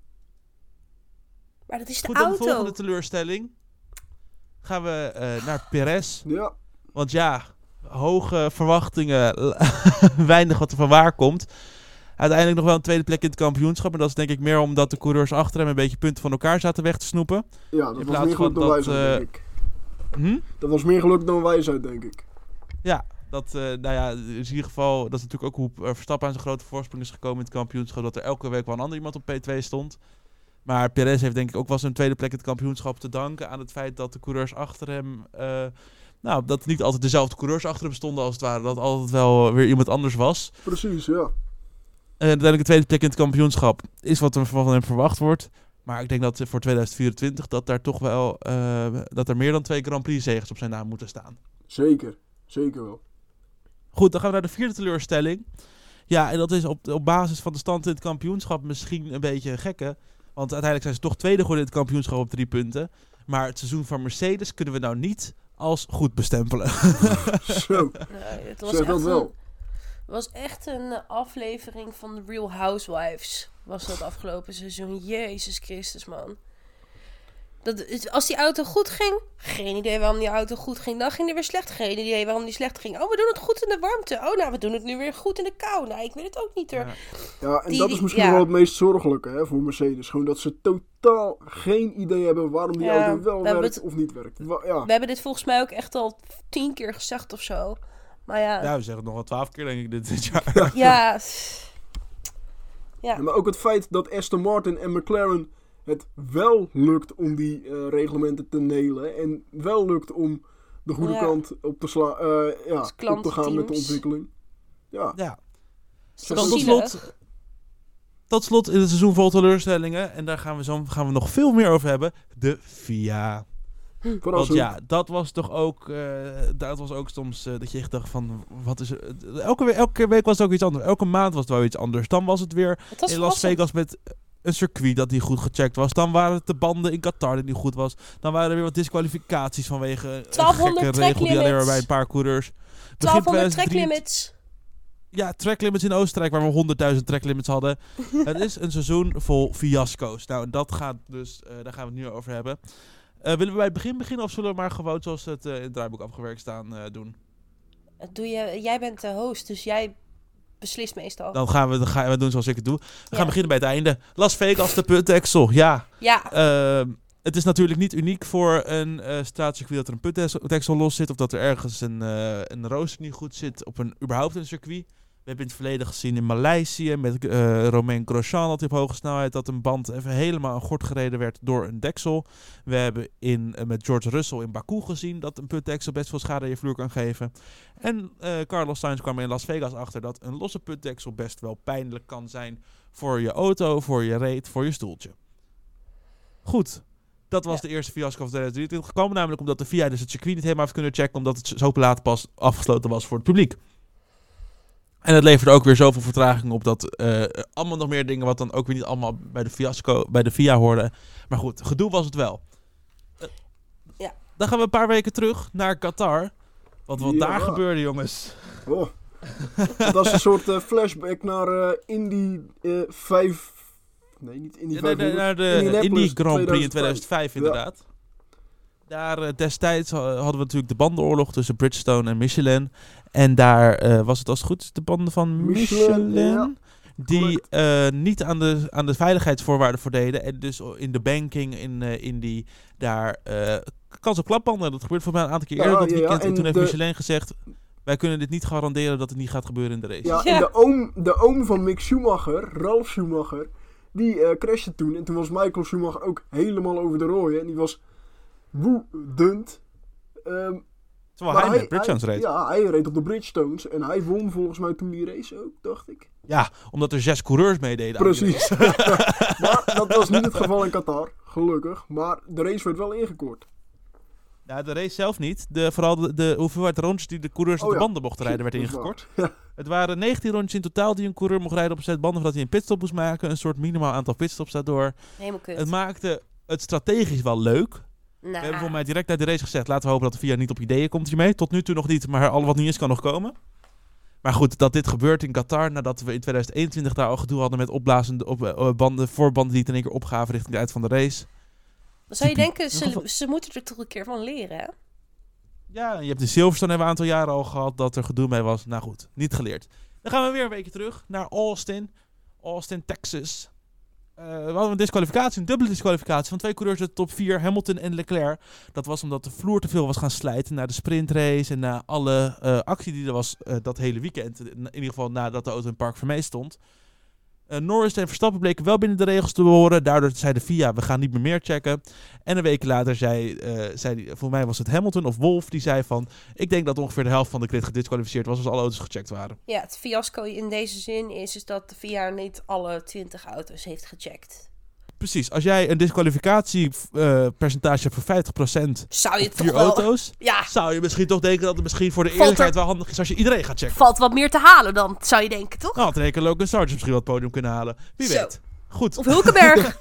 Maar dat is de goed, dan de auto. volgende teleurstelling. Gaan we eh, naar Perez. nul. Ja, Want ja, hoge verwachtingen, weinig wat er van waar komt. Uiteindelijk nog wel een tweede plek in het kampioenschap. En dat is denk ik meer omdat de coureurs achter hem een beetje punten van elkaar zaten weg te snoepen. ja, dat In was plaats meer van geluk dan dat, wijsheid, eh, denk ik. Hm? Dat was meer geluk dan wijsheid, denk ik. Ja, dat, eh, nou ja, in ieder geval, dat is natuurlijk ook hoe eh, Verstappen aan zijn grote voorsprong is gekomen in het kampioenschap. Dat er elke week wel een ander iemand op P twee stond. Maar Perez heeft denk ik ook wel zijn tweede plek in het kampioenschap te danken aan het feit dat de coureurs achter hem... eh, nou, dat niet altijd dezelfde coureurs achter hem stonden als het ware. Dat altijd wel weer iemand anders was. Precies, ja. En uiteindelijk de tweede plek in het kampioenschap is wat er van hem verwacht wordt. Maar ik denk dat voor tweeduizend vierentwintig dat daar toch wel eh, dat er meer dan twee Grand Prix zegens op zijn naam moeten staan. Zeker. Zeker wel. Goed, dan gaan we naar de vierde teleurstelling. Ja, en dat is op, op basis van de stand in het kampioenschap misschien een beetje een gekke. Want uiteindelijk zijn ze toch tweede geworden in het kampioenschap op drie punten. Maar het seizoen van Mercedes kunnen we nou niet als goed bestempelen. Zo. Nee, het was Zeg echt dat wel. Een, was echt een eh, aflevering van The Real Housewives. Was dat afgelopen seizoen. Jezus Christus, man. Dat is, als die auto goed ging, geen idee waarom die auto goed ging. Dan ging die weer slecht, geen idee waarom die slecht ging. Oh, we doen het goed in de warmte. Oh, nou, we doen het nu weer goed in de kou. Nou, ik weet het ook niet hoor. Ja. Ja, en Die- dat is die- misschien ja. wel het meest zorgelijke hè, voor Mercedes. Gewoon dat ze totaal geen idee hebben waarom die Ja, auto wel we hebben werkt het- of niet werkt. Wa- ja. We hebben dit volgens mij ook echt al tien keer gezegd of zo. Maar ja, Ja, we zeggen het nog wel twaalf keer denk ik dit, dit jaar. ja, ja. Ja, maar ook het feit dat Aston Martin en McLaren het wel lukt om die eh, reglementen te nelen. En wel lukt om de goede Ja. kant op te, sla eh, ja, Als op te gaan met de klantenteams. ontwikkeling. Ja, Ja. Zo Dan tot zielig. slot, tot slot in het seizoen vol teleurstellingen. En daar gaan we zo gaan we nog veel meer over hebben. De F I A. Want verrassend. ja, dat was toch ook, uh, dat was ook soms uh, dat je echt dacht van, wat is er? Elke week, elke week was het ook iets anders. Elke maand was het wel iets anders. Dan was het weer Het was in Las verrassend. Vegas met een circuit dat niet goed gecheckt was. Dan waren het de banden in Qatar die niet goed was. Dan waren er weer wat disqualificaties vanwege een twaalfhonderd gekke regel die alleen maar tracklimits. bij een paar coureurs. Begin twaalfhonderd tweeduizend drie tracklimits. Ja, tracklimits in Oostenrijk waar we honderdduizend tracklimits hadden. Het is een seizoen vol fiasco's. Nou, en dat gaat dus, uh, daar gaan we het nu over hebben. Uh, willen we bij het begin beginnen of zullen we maar gewoon zoals het uh, in het draaiboek afgewerkt staan uh, doen? Doe je, jij bent de host, dus jij beslist meestal. Dan gaan we, dan gaan we doen zoals ik het doe. We Ja. gaan beginnen bij het einde. Las Vegas, de puntdeksel. Ja, Ja, uh, het is natuurlijk niet uniek voor een uh, straatcircuit dat er een puntdeksel los zit. Of dat er ergens een, uh, een rooster niet goed zit op een überhaupt een circuit. We hebben in het verleden gezien in Maleisië met uh, Romain Grosjean dat hij op hoge snelheid dat een band even helemaal aan gort gereden werd door een deksel. We hebben in, uh, met George Russell in Baku gezien dat een putdeksel best veel schade aan je vloer kan geven. En uh, Carlos Sainz kwam er in Las Vegas achter dat een losse putdeksel best wel pijnlijk kan zijn voor je auto, voor je reet, voor je stoeltje. Goed. Dat was Ja. de eerste fiasco van tweeduizend drieëntwintig. Kwam namelijk omdat de F I A dus het circuit niet helemaal heeft kunnen checken omdat het zo laat pas afgesloten was voor het publiek. En het leverde ook weer zoveel vertraging op dat uh, allemaal nog meer dingen wat dan ook weer niet allemaal bij de fiasco, bij de F I A hoorden. Maar goed, gedoe was het wel. Uh, Ja. Dan gaan we een paar weken terug naar Qatar. Want wat Ja. daar gebeurde, jongens. Oh. Dat was een soort uh, flashback naar uh, Indy uh, vijf... Nee, niet Indy Ja, nee, nee, vijfhonderd. naar de Indianapolis Indy Grand Prix in tweeduizend vijf. tweeduizend vijf inderdaad. Daar uh, destijds uh, hadden we natuurlijk de bandenoorlog tussen Bridgestone en Michelin. En daar uh, was het als het goed is de banden van Michelin... Michelin, ja. Die uh, niet aan de, aan de veiligheidsvoorwaarden voordeden. En dus in de banking in, uh, in die daar uh, kans op klapbanden. Dat gebeurt voor mij een aantal keer Ja, eerder dit ja, ja, weekend. En, en toen heeft de- Michelin gezegd, wij kunnen dit niet garanderen dat het niet gaat gebeuren in de race. Ja, Ja. en de oom, de oom van Mick Schumacher, Ralf Schumacher, die uh, crashte toen. En toen was Michael Schumacher ook helemaal over de rooien. En die was woedend. Um, Terwijl hij maar met Bridgestones reed. Ja. Ja, hij reed op de Bridgestones. En hij won volgens mij toen die race ook, dacht ik. Omdat er zes coureurs meededen. aan die Precies. race. Maar dat was niet het geval in Qatar, gelukkig. Maar de race werd wel ingekort. Ja, de race zelf niet. De, vooral de, de hoeveelheid rondjes die de coureurs op Oh de ja. banden mochten rijden werd Dat is ingekort. waar. Ja. Het waren negentien rondjes in totaal die een coureur mocht rijden op een set banden voordat hij een pitstop moest maken. Een soort minimaal aantal pitstops daardoor. helemaal kut. Het maakte het strategisch wel leuk. Nou, We hebben voor mij direct uit de race gezegd, laten we hopen dat de V I A niet op ideeën komt hiermee. Tot nu toe nog niet, maar al wat niet is kan nog komen. Maar goed, dat dit gebeurt in Qatar, nadat we in tweeduizend eenentwintig daar al gedoe hadden met opblazende op, uh, banden, voorbanden die het in één keer opgaven richting de uit van de race. dan zou je typisch. denken, ze, ze moeten er toch een keer van leren, hè? Ja, en je hebt de Silverstone hebben we een aantal jaren al gehad dat er gedoe mee was. Nou goed, niet geleerd. Dan gaan we weer een weekje terug naar Austin. Austin, Texas. Uh, we hadden een disqualificatie, een dubbele disqualificatie van twee coureurs uit de top vier, Hamilton en Leclerc. Dat was omdat de vloer te veel was gaan slijten na de sprintrace en na alle uh, actie die er was uh, dat hele weekend. In ieder geval nadat de auto in Park Vermeer stond. Uh, Norris en Verstappen bleken wel binnen de regels te behoren. Daardoor zei de V I A, we gaan niet meer meer checken. En een week later zei, uh, zei die, voor mij was het Hamilton of Wolff, die zei van, ik denk dat ongeveer de helft van de grid gedisqualificeerd was als alle auto's gecheckt waren. Ja, het fiasco in deze zin is, is dat de V I A niet alle twintig auto's heeft gecheckt. Precies, als jij een disqualificatiepercentage hebt van vijftig procent Zou je op het toch vier wel... auto's, Ja, zou je misschien toch denken dat het misschien voor de Valt er- eerlijkheid wel handig is als je iedereen gaat checken. valt wat meer te halen dan, zou je denken, toch? Nou, had Reken Logan Sargent misschien wel het podium kunnen halen. Wie Zo. weet. Goed. Of Hulkenberg.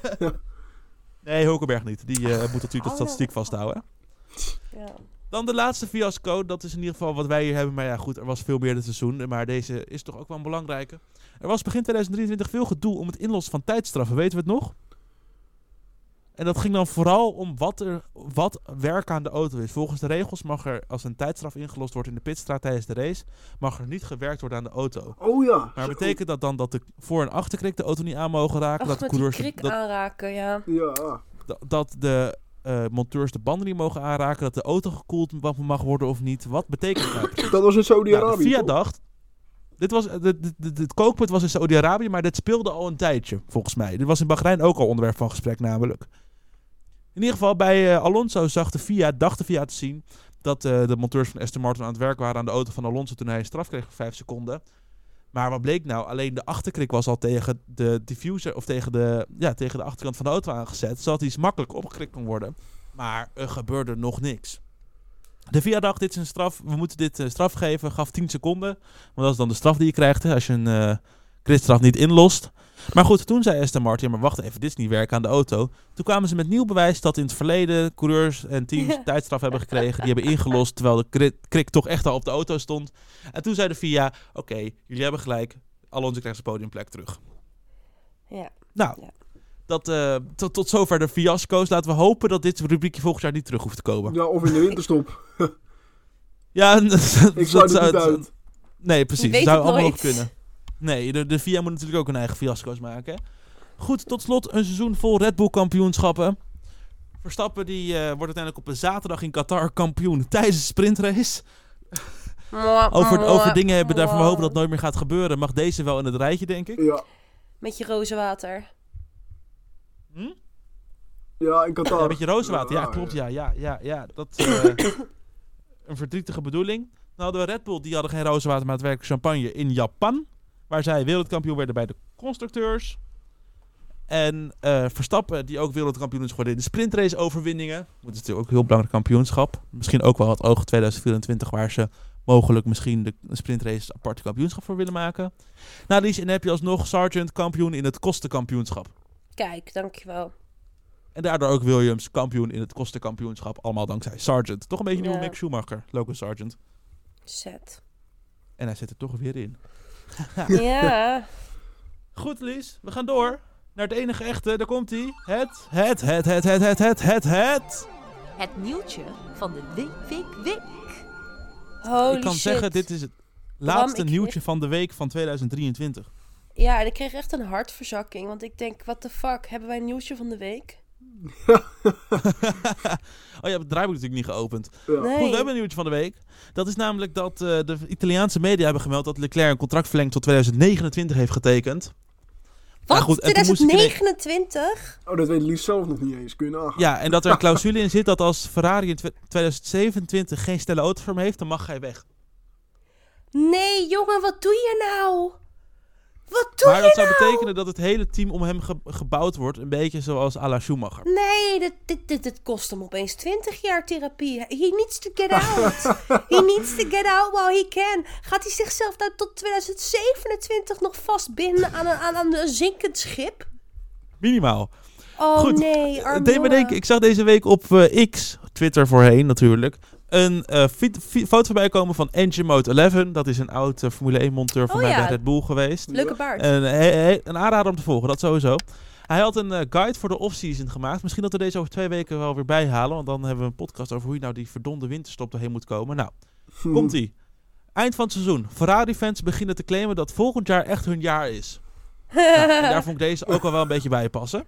Nee, Hulkenberg niet. Die uh, moet natuurlijk de Oh. statistiek vasthouden. Ja. Dan de laatste fiasco. Dat is in ieder geval wat wij hier hebben. Maar ja, goed, er was veel meer dit seizoen. Maar deze is toch ook wel een belangrijke. Er was begin tweeduizend drieëntwintig veel gedoe om het inlossen van tijdstraffen. Weten we het nog? En dat ging dan vooral om wat, er, wat werk aan de auto is. Volgens de regels mag er, als een tijdstraf ingelost wordt in de pitstraat tijdens de race, mag er niet gewerkt worden aan de auto. Oh ja. Maar betekent dat dan dat de voor- en achterkrik de auto niet aan mogen raken? Ach, dat de met die coureurs krik dat, aanraken, ja. Ja. dat, dat de uh, monteurs de banden niet mogen aanraken, dat de auto gekoeld mag worden of niet? Wat betekent dat? Dat was in Saudi-Arabië, Nou, de F I A toch? dacht... Dit was, dit, dit, dit, dit kookpunt was in Saudi-Arabië, maar dit speelde al een tijdje, volgens mij. Dit was in Bahrein ook al onderwerp van gesprek, namelijk. In ieder geval, bij uh, Alonso zag de F I A, dacht de F I A te zien dat uh, de monteurs van Aston Martin aan het werk waren aan de auto van Alonso toen hij een straf kreeg van vijf seconden. Maar wat bleek nou? Alleen de achterkrik was al tegen de diffuser, of tegen de, ja, tegen de achterkant van de auto aangezet, zodat hij makkelijk opgekrikt kon worden. Maar er gebeurde nog niks. De F I A dacht, dit is een straf, we moeten dit uh, straf geven, gaf tien seconden. Want dat is dan de straf die je krijgt hè, als je een uh, gridstraf niet inlost. Maar goed, toen zei Aston Martin, maar wacht even, dit is niet werk aan de auto. Toen kwamen ze met nieuw bewijs dat in het verleden coureurs en teams Ja. tijdstraf hebben gekregen. Die hebben ingelost, terwijl de krik, krik toch echt al op de auto stond. En toen zei de F I A, oké, okay, jullie hebben gelijk, Alonso krijgt zijn podiumplek terug. Ja. Nou, Ja. dat, uh, tot, tot zover de fiasco's. Laten we hopen dat dit rubriekje volgend jaar niet terug hoeft te komen. Ja, of in de winterstop. Ja, Ik sluit het niet uit. Nee, precies. Weet Dat zou het allemaal nooit. nog kunnen. Nee, de, de F I A moet natuurlijk ook hun eigen fiasco's maken. Hè? Goed, tot slot een seizoen vol Red Bull kampioenschappen. Verstappen die uh, wordt uiteindelijk op een zaterdag in Qatar kampioen tijdens de sprintrace. Over, over dingen hebben daarvan we hopen dat het nooit meer gaat gebeuren. Mag deze wel in het rijtje, denk ik. Ja. Met je rozenwater. Hm? Ja, in Qatar. Ja, een beetje rozenwater. Ja, Ja, klopt. ja. Ja, ja, ja, ja. Dat is uh, een verdrietige bedoeling. Dan hadden we Red Bull, die hadden geen rozenwater, maar het werk champagne in Japan. Waar zij wereldkampioen werden bij de constructeurs. En uh, Verstappen, die ook wereldkampioen is geworden in de sprintrace overwinningen. Dat is natuurlijk ook een heel belangrijk kampioenschap. Misschien ook wel het oog tweeduizend vierentwintig, waar ze mogelijk misschien de sprintrace aparte kampioenschap voor willen maken. Nou, Lies, en dan heb je alsnog Sargent kampioen in het kostenkampioenschap. Kijk, dankjewel. En daardoor ook Williams kampioen in het kostenkampioenschap. Allemaal dankzij Sargent. Toch een beetje nieuwe Ja. Mick Schumacher, Logan Sargent. Zet. En hij zit er toch weer in. Ja. Goed, Lies. We gaan door naar het enige echte. Daar komt hij. Het, het, het, het, het, het, het, het, het. Het nieuwtje van de week, week, week. Holy Ik kan shit. zeggen, dit is het laatste ik- nieuwtje van de week van tweeduizend drieëntwintig. Ja, en ik kreeg echt een hartverzakking. Want ik denk, what the fuck, hebben wij een nieuwtje van de week? Oh ja, het draaiboek natuurlijk niet geopend. Ja. Nee. Goed, we hebben een nieuwtje van de week. Dat is namelijk dat uh, de Italiaanse media hebben gemeld dat Leclerc een contractverlenging tot tweeduizend negenentwintig heeft getekend. Wat? Ja, goed, en toen moest ik tweeduizend negenentwintig? Oh, dat weet Lies zelf nog niet eens. Kun je nagaan. Ja, en dat er een clausule in zit dat als Ferrari in tw- tweeduizend zevenentwintig geen snelle auto voor hem heeft, dan mag hij weg. Nee, jongen, wat doe je nou? Wat doe Maar je dat zou nou? betekenen dat het hele team om hem ge- gebouwd wordt, een beetje zoals à la Schumacher. Nee, dit, dit, dit, dit kost hem opeens twintig jaar therapie. He needs to get out. He needs to get out while he can. Gaat hij zichzelf nou tot tweeduizend zevenentwintig nog vastbinden aan een, aan, aan een zinkend schip? Minimaal. Oh Goed, nee, Het arme deed me jongen. denken, ik zag deze week op uh, X, Twitter voorheen natuurlijk, een uh, fi- fi- foto voorbij komen van Engine Mode elf. Dat is een oud uh, Formule één monteur van Oh mij ja. bij Red Bull geweest. Leuke baard. En, he- he- een aanrader om te volgen, dat sowieso. Hij had een uh, guide voor de off-season gemaakt. Misschien dat we deze over twee weken wel weer bijhalen. Want dan hebben we een podcast over hoe je nou die verdomde winterstop doorheen moet komen. Nou, komt-ie. Eind van het seizoen. Ferrari-fans beginnen te claimen dat volgend jaar echt hun jaar is. Nou, en daar vond ik deze ook al wel een beetje bij passen.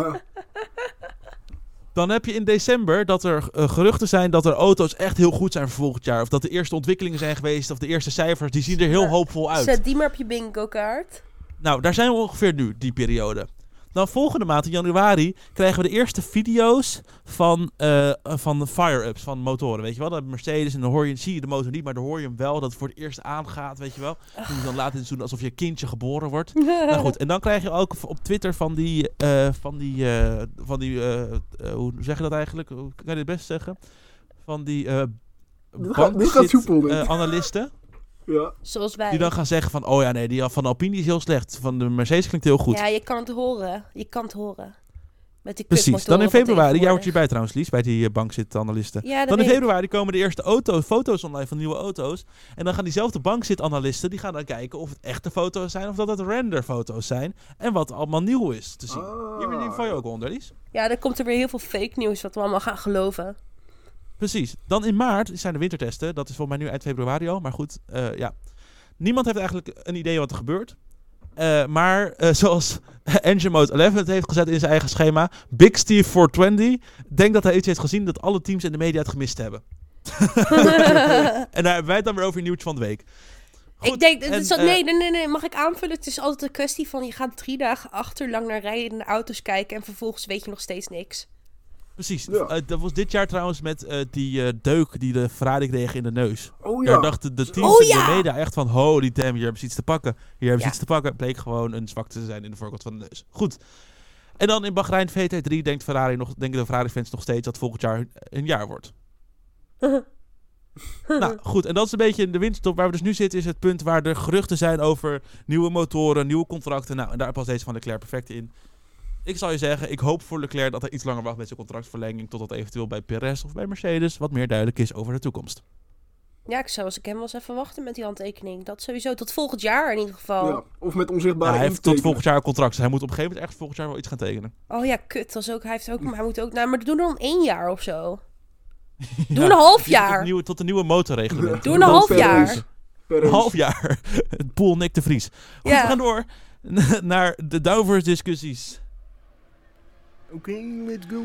Dan heb je in december dat er uh, geruchten zijn dat er auto's echt heel goed zijn voor volgend jaar. Of dat de eerste ontwikkelingen zijn geweest. Of de eerste cijfers, die zien er heel Ja. hoopvol uit. Zet die maar op je bingo kaart. Nou, daar zijn we ongeveer nu, die periode. Dan volgende maand, in januari, krijgen we de eerste video's van, uh, van de fire-ups van motoren. Weet je wel, dan heb je Mercedes en dan hoor je, zie je de motor niet, maar dan hoor je hem wel, dat het voor het eerst aangaat, weet je wel. Dan moet je dan laten doen alsof je kindje geboren wordt. Nou goed, en dan krijg je ook op Twitter van die, uh, van die, uh, van die uh, uh, hoe zeg je dat eigenlijk? Hoe kan je dit best zeggen? Van die uh, Dit gaat- dit gaat soepel, denk ik. uh, analisten. Ja. Zoals wij. Die dan gaan zeggen van, oh ja, nee, die van Alpine is heel slecht. Van de Mercedes klinkt heel goed. Ja, je kan het horen. Je kan het horen. Met die Precies. Dan kutmotoren in van februari, jij tegenwoordig. hoort je bij trouwens, Lies, bij die uh, bankzitanalisten. Ja, dat Dan in weet ik. februari komen de eerste auto, foto's online van nieuwe auto's. En dan gaan diezelfde bankzitanalisten, die gaan dan kijken of het echte foto's zijn of dat het renderfoto's zijn. En wat allemaal nieuw is te zien. Ah. Hier ben je van je ook onder, Lies. Ja, dan komt er weer heel veel fake nieuws wat we allemaal gaan geloven. Precies. Dan in maart zijn de wintertesten. Dat is volgens mij nu eind februari al. Maar goed, uh, ja. Niemand heeft eigenlijk een idee wat er gebeurt. Uh, maar uh, zoals Engine Mode elf het heeft gezet in zijn eigen schema. Big Steve vierhonderdtwintig denkt dat hij iets heeft gezien dat alle teams en de media het gemist hebben. En daar hebben wij het dan weer over een nieuwtje van de week. Goed, ik denk, het en, is dat, uh, nee, nee, nee, nee, mag ik aanvullen? Het is altijd een kwestie van je gaat drie dagen achterlang naar rijdende auto's kijken en vervolgens weet je nog steeds niks. Precies. Ja. Uh, dat was dit jaar trouwens met uh, die uh, deuk die de Ferrari kreeg in de neus. Oh ja. Daar dachten de teams Oh en ja. de media echt van, holy damn, hier hebben ze iets te pakken. Hier hebben ze Ja. iets te pakken. Bleek gewoon een zwakte te zijn in de voorkant van de neus. Goed. En dan in Bahrein V T drie denkt Ferrari nog, denken de Ferrari-fans nog steeds dat volgend jaar een jaar wordt. Nou, goed. En dat is een beetje de winterstop waar we dus nu zitten, is het punt waar er geruchten zijn over nieuwe motoren, nieuwe contracten. Nou, en daar past deze van Leclerc perfect in. Ik zal je zeggen, ik hoop voor Leclerc dat hij iets langer wacht met zijn contractverlenging, totdat eventueel bij Perez of bij Mercedes wat meer duidelijk is over de toekomst. Ja, ik zou als ik hem wel eens even wachten met die handtekening. Dat sowieso tot volgend jaar in ieder geval. Ja, of met onzichtbare Ja, hij heeft tot intekenen. volgend jaar een contract, dus hij moet op een gegeven moment echt volgend jaar wel iets gaan tekenen. Oh ja, kut. Dat is ook, hij heeft ook, maar hij moet ook, nou, maar doe dan één jaar of zo. Ja, Doe een half Tot, jaar. een nieuwe, tot een nieuwe motorreglement. Doe een Dan half Perez. jaar. Perez. Een half jaar. Het pool Nick de Vries. Goed, Ja. we gaan door naar de downforce discussies. Oké, let's go.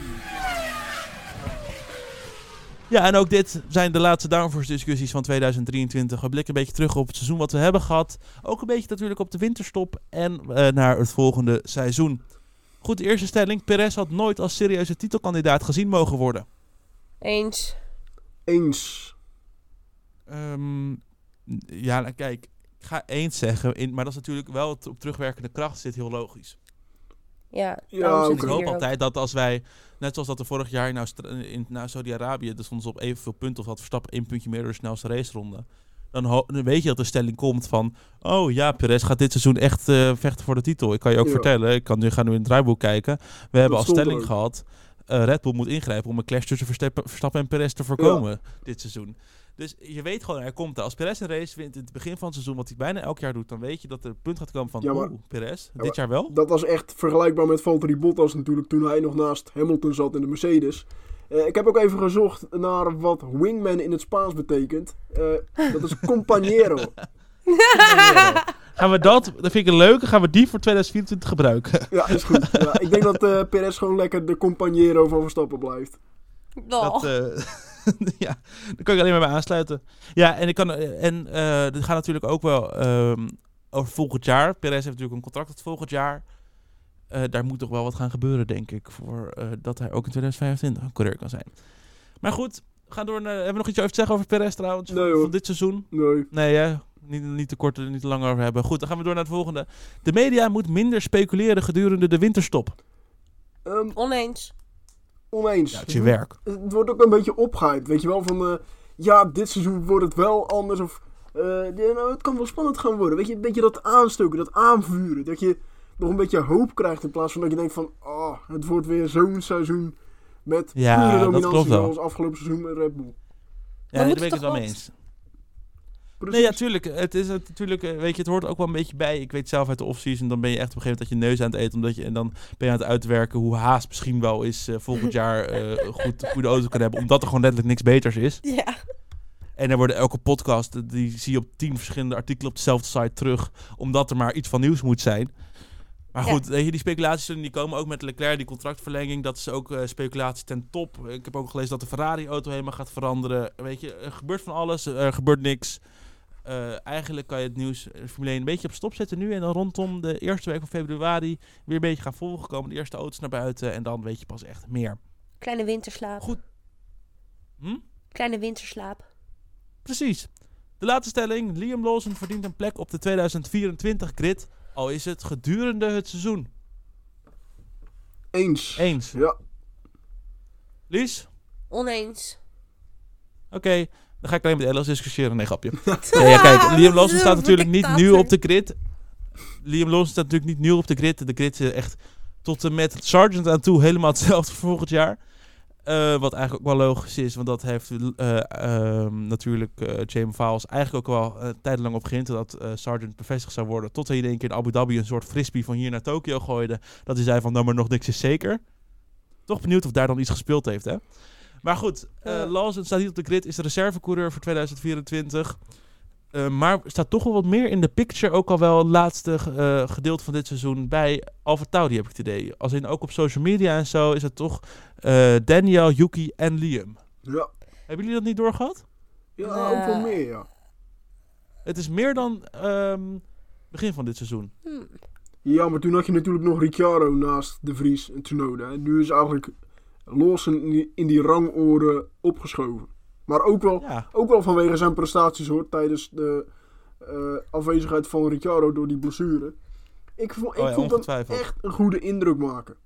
Ja, en ook dit zijn de laatste downforce discussies van tweeduizend drieëntwintig. We blikken een beetje terug op het seizoen wat we hebben gehad. Ook een beetje natuurlijk op de winterstop en uh, naar het volgende seizoen. Goed, de eerste stelling. Perez had nooit als serieuze titelkandidaat gezien mogen worden. Eens. Eens. Um, ja, nou, kijk, ik ga eens zeggen, in, maar dat is natuurlijk wel het op terugwerkende kracht zit heel logisch. Ja, Ja, daarom oké. zit Ik hij hoop hier ook. altijd dat als wij, net zoals dat er vorig jaar in, Austra- in naar Saudi-Arabië, daar stonden ze op evenveel punten of had Verstappen één puntje meer door de snelste raceronde. Dan, ho- dan weet je dat de stelling komt van, oh ja, Perez gaat dit seizoen echt uh, vechten voor de titel. Ik kan je ook Ja. vertellen, ik kan nu, ga nu in het draaiboek kijken. We hebben als stond er stelling ook. gehad, uh, Red Bull moet ingrijpen om een clash tussen Verstappen, Verstappen en Perez te voorkomen dit seizoen. Dus je weet gewoon, hij komt. Als Perez een race wint in het begin van het seizoen, wat hij bijna elk jaar doet, dan weet je dat er een punt gaat komen van, Ja, maar- oeh, Perez, Ja, dit jaar wel? Dat was echt vergelijkbaar met Valtteri Bottas natuurlijk toen hij nog naast Hamilton zat in de Mercedes. Uh, ik heb ook even gezocht naar wat wingman in het Spaans betekent. Uh, dat is compañero. Gaan we dat, dat vind ik een leuke, gaan we die voor tweeduizend vierentwintig gebruiken? Ja, is goed. Ja, ik denk dat uh, Perez gewoon lekker de compañero van Verstappen blijft. Oh. Dat, uh, ja, daar kan ik alleen maar bij aansluiten. Ja, en ik kan, uh, en uh, dit gaat natuurlijk ook wel um, over volgend jaar. Perez heeft natuurlijk een contract tot volgend jaar. Uh, daar moet toch wel wat gaan gebeuren, denk ik, voor uh, dat hij ook in tweeduizend vijfentwintig een coureur kan zijn. Maar goed, we gaan door naar, hebben we nog iets over te zeggen over Perez trouwens? Nee, van, hoor. van dit seizoen? Nee. Nee, hè? Niet, niet te kort, niet te lang over hebben. Goed, dan gaan we door naar het volgende. De media moet minder speculeren gedurende de winterstop. Um, Oneens. oneens. Ja, het is je werk. Het wordt ook een beetje opgehyped, weet je wel, van uh, ja, dit seizoen wordt het wel anders of uh, ja, nou, het kan wel spannend gaan worden. Weet je, een beetje dat aanstoken, dat aanvuren, dat je nog een beetje hoop krijgt in plaats van dat je denkt van, oh, het wordt weer zo'n seizoen met Ja, pure dat dominantie klopt wel. zoals afgelopen seizoen met Red Bull. Ja, moet daar het ben ik het toch wel mee wat- eens. Precies. Nee, ja, tuurlijk. Het is het, natuurlijk, eh, weet je, het hoort ook wel een beetje bij. Ik weet zelf uit de off-season, dan ben je echt op een gegeven moment dat je neus aan het eten, omdat je en dan ben je aan het uitwerken hoe Haas misschien wel is uh, volgend jaar uh, goed een goede auto kan hebben, omdat er gewoon letterlijk niks beters is. Ja. En er worden elke podcast, die zie je op tien verschillende artikelen op dezelfde site terug, omdat er maar iets van nieuws moet zijn. Maar Ja. goed, weet je, die speculaties die komen ook met Leclerc, die contractverlenging, dat is ook uh, speculatie ten top. Ik heb ook gelezen dat de Ferrari-auto helemaal gaat veranderen. Weet je, er gebeurt van alles, er gebeurt niks. Uh, eigenlijk kan je het nieuws uh, Formule één een beetje op stop zetten nu en dan rondom de eerste week van februari weer een beetje gaan volgen. Komen de eerste auto's naar buiten en dan weet je pas echt meer. Kleine winterslaap. Goed. Hm? Kleine winterslaap. Precies. De laatste stelling. Liam Lawson verdient een plek op de tweeduizend vierentwintig grid, al is het gedurende het seizoen. Eens. Eens. Ja. Lies? Oneens. Oké. Okay. Dan ga ik alleen met Ellis discussiëren. Nee, grapje. Nee, ja, kijk. Liam Lawson staat natuurlijk niet nieuw op de grid. Liam Lawson staat natuurlijk niet nieuw op de grid. De grid is echt tot en met Sargent aan toe helemaal hetzelfde voor volgend jaar. Uh, wat eigenlijk ook wel logisch is, want dat heeft uh, uh, natuurlijk uh, James Vowles eigenlijk ook wel uh, tijdenlang op gehinten dat uh, Sargent bevestigd zou worden. Tot hij in één keer in Abu Dhabi een soort frisbee van hier naar Tokio gooide. Dat hij zei van, nou maar nog niks is zeker. Toch benieuwd of daar dan iets gespeeld heeft, hè? Maar goed, uh, Lawson staat niet op de grid, is de reservecoureur voor tweeduizend vierentwintig. Uh, maar staat toch wel wat meer in de picture, ook al wel het laatste uh, gedeelte van dit seizoen bij AlphaTauri, heb ik het idee. Als in ook op social media en zo is het toch uh, Daniel, Yuki en Liam. Ja. Hebben jullie dat niet doorgehad? Ja, Uh, ook wel meer, ja. Het is meer dan um, begin van dit seizoen. Hmm. Ja, maar toen had je natuurlijk nog Ricciardo naast De Vries en Tsunoda. En nu is eigenlijk Lawson in die, in die rangoren opgeschoven. Maar ook wel, Ja. ook wel vanwege zijn prestaties hoor, tijdens de uh, afwezigheid van Ricciardo door die blessure. Ik, vo- ik Oh ja, vond hem ongetwijfeld. echt een goede indruk maken.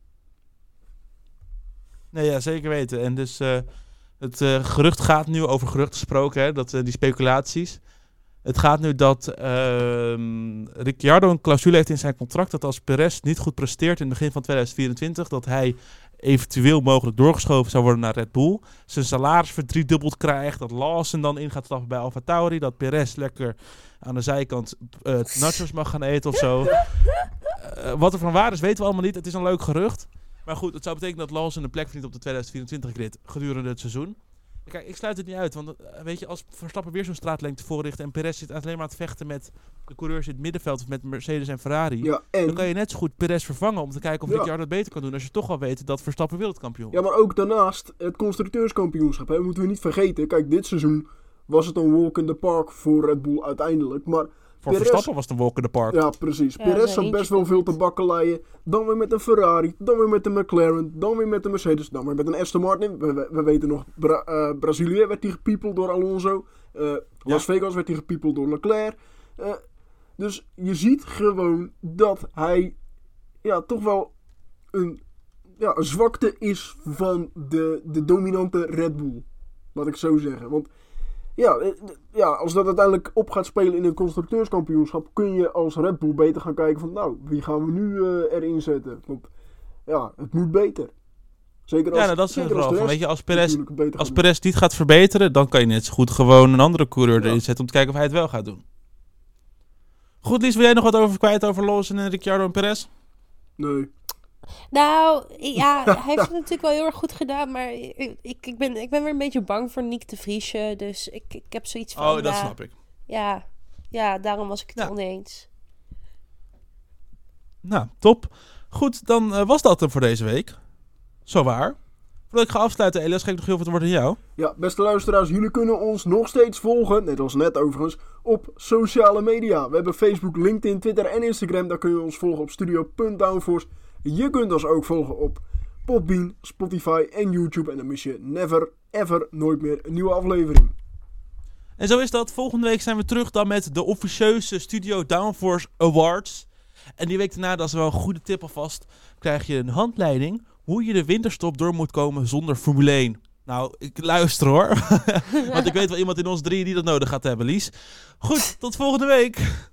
Nee, ja, zeker weten. En dus uh, het uh, gerucht gaat nu, over geruchten gesproken, hè, dat, uh, die speculaties. Het gaat nu dat uh, Ricciardo een clausule heeft in zijn contract dat als Perez niet goed presteert in het begin van tweeduizend vierentwintig, dat hij eventueel mogelijk doorgeschoven zou worden naar Red Bull, zijn salaris verdriedubbeld krijgt, dat Lawson dan in gaat stappen bij AlphaTauri, dat Perez lekker aan de zijkant uh, nachos mag gaan eten of zo. Uh, wat er van waar is, weten we allemaal niet. Het is een leuk gerucht. Maar goed, het zou betekenen dat Lawson een plek verdient op de tweeduizend vierentwintig grid gedurende het seizoen. Kijk, ik sluit het niet uit, want uh, weet je, als Verstappen weer zo'n straatlengte voorricht en Perez zit alleen maar aan het vechten met de coureurs in het middenveld met Mercedes en Ferrari, Ja, en, dan kan je net zo goed Perez vervangen om te kijken of Ja. Ricciardo het beter kan doen als je toch al weet dat Verstappen wereldkampioen ja, wordt. maar ook daarnaast het constructeurskampioenschap. Hè, moeten we niet vergeten. Kijk, dit seizoen was het een walk in the park voor Red Bull uiteindelijk. Maar Voor Perez- Verstappen was het een walk in the park. ja, precies. Ja, Perez zijn had eentje best wel veel te punten. bakkeleien. Dan weer met een Ferrari, dan weer met een McLaren, dan weer met een Mercedes, dan weer met een Aston Martin. We, we, we weten nog, Bra- uh, Brazilië werd hij gepiepeld door Alonso. Uh, Las Vegas werd hij gepiepeld door Leclerc. Uh, dus je ziet gewoon dat hij ja, toch wel een, ja, een zwakte is van de, de dominante Red Bull. Laat ik zo zeggen. Want ja, eh, ja, als dat uiteindelijk op gaat spelen in het constructeurskampioenschap, kun je als Red Bull beter gaan kijken van, nou, wie gaan we nu uh, erin zetten? Want ja, het moet beter. Zeker als, Ja, nou, dat is een zeker als de geval. rest Weet je, als Perez, natuurlijk beter als gaat Perez niet gaat verbeteren, dan kan je net zo goed gewoon een andere coureur Ja. erin zetten om te kijken of hij het wel gaat doen. Goed, Lies, wil jij nog wat over kwijt over Lawson en Ricciardo en Perez? doen. Nee. Nou, ja, hij heeft het natuurlijk wel heel erg goed gedaan, maar ik, ik, ben, ik ben weer een beetje bang voor Nick de Vriesje, dus ik, ik heb zoiets van... Oh, dat ja, snap ik. Ja, ja, daarom was ik het Ja. oneens. Nou, top. Goed, dan uh, was dat hem voor deze week. Zo waar. Voordat ik ga afsluiten, Elias, geef ik nog heel veel te worden aan jou. Ja, beste luisteraars, jullie kunnen ons nog steeds volgen, net als net overigens, op sociale media. We hebben Facebook, LinkedIn, Twitter en Instagram. Daar kun je ons volgen op studio punt downforce. Je kunt ons ook volgen op Podbean, Spotify en YouTube. En dan mis je never, ever, nooit meer een nieuwe aflevering. En zo is dat. Volgende week zijn we terug dan met de officieuze Studio Downforce Awards. En die week daarna, dat is wel een goede tip alvast, krijg je een handleiding hoe je de winterstop door moet komen zonder Formule één. Nou, ik luister hoor. Want ik weet wel iemand in ons drie die dat nodig gaat hebben, Lies. Goed, tot volgende week.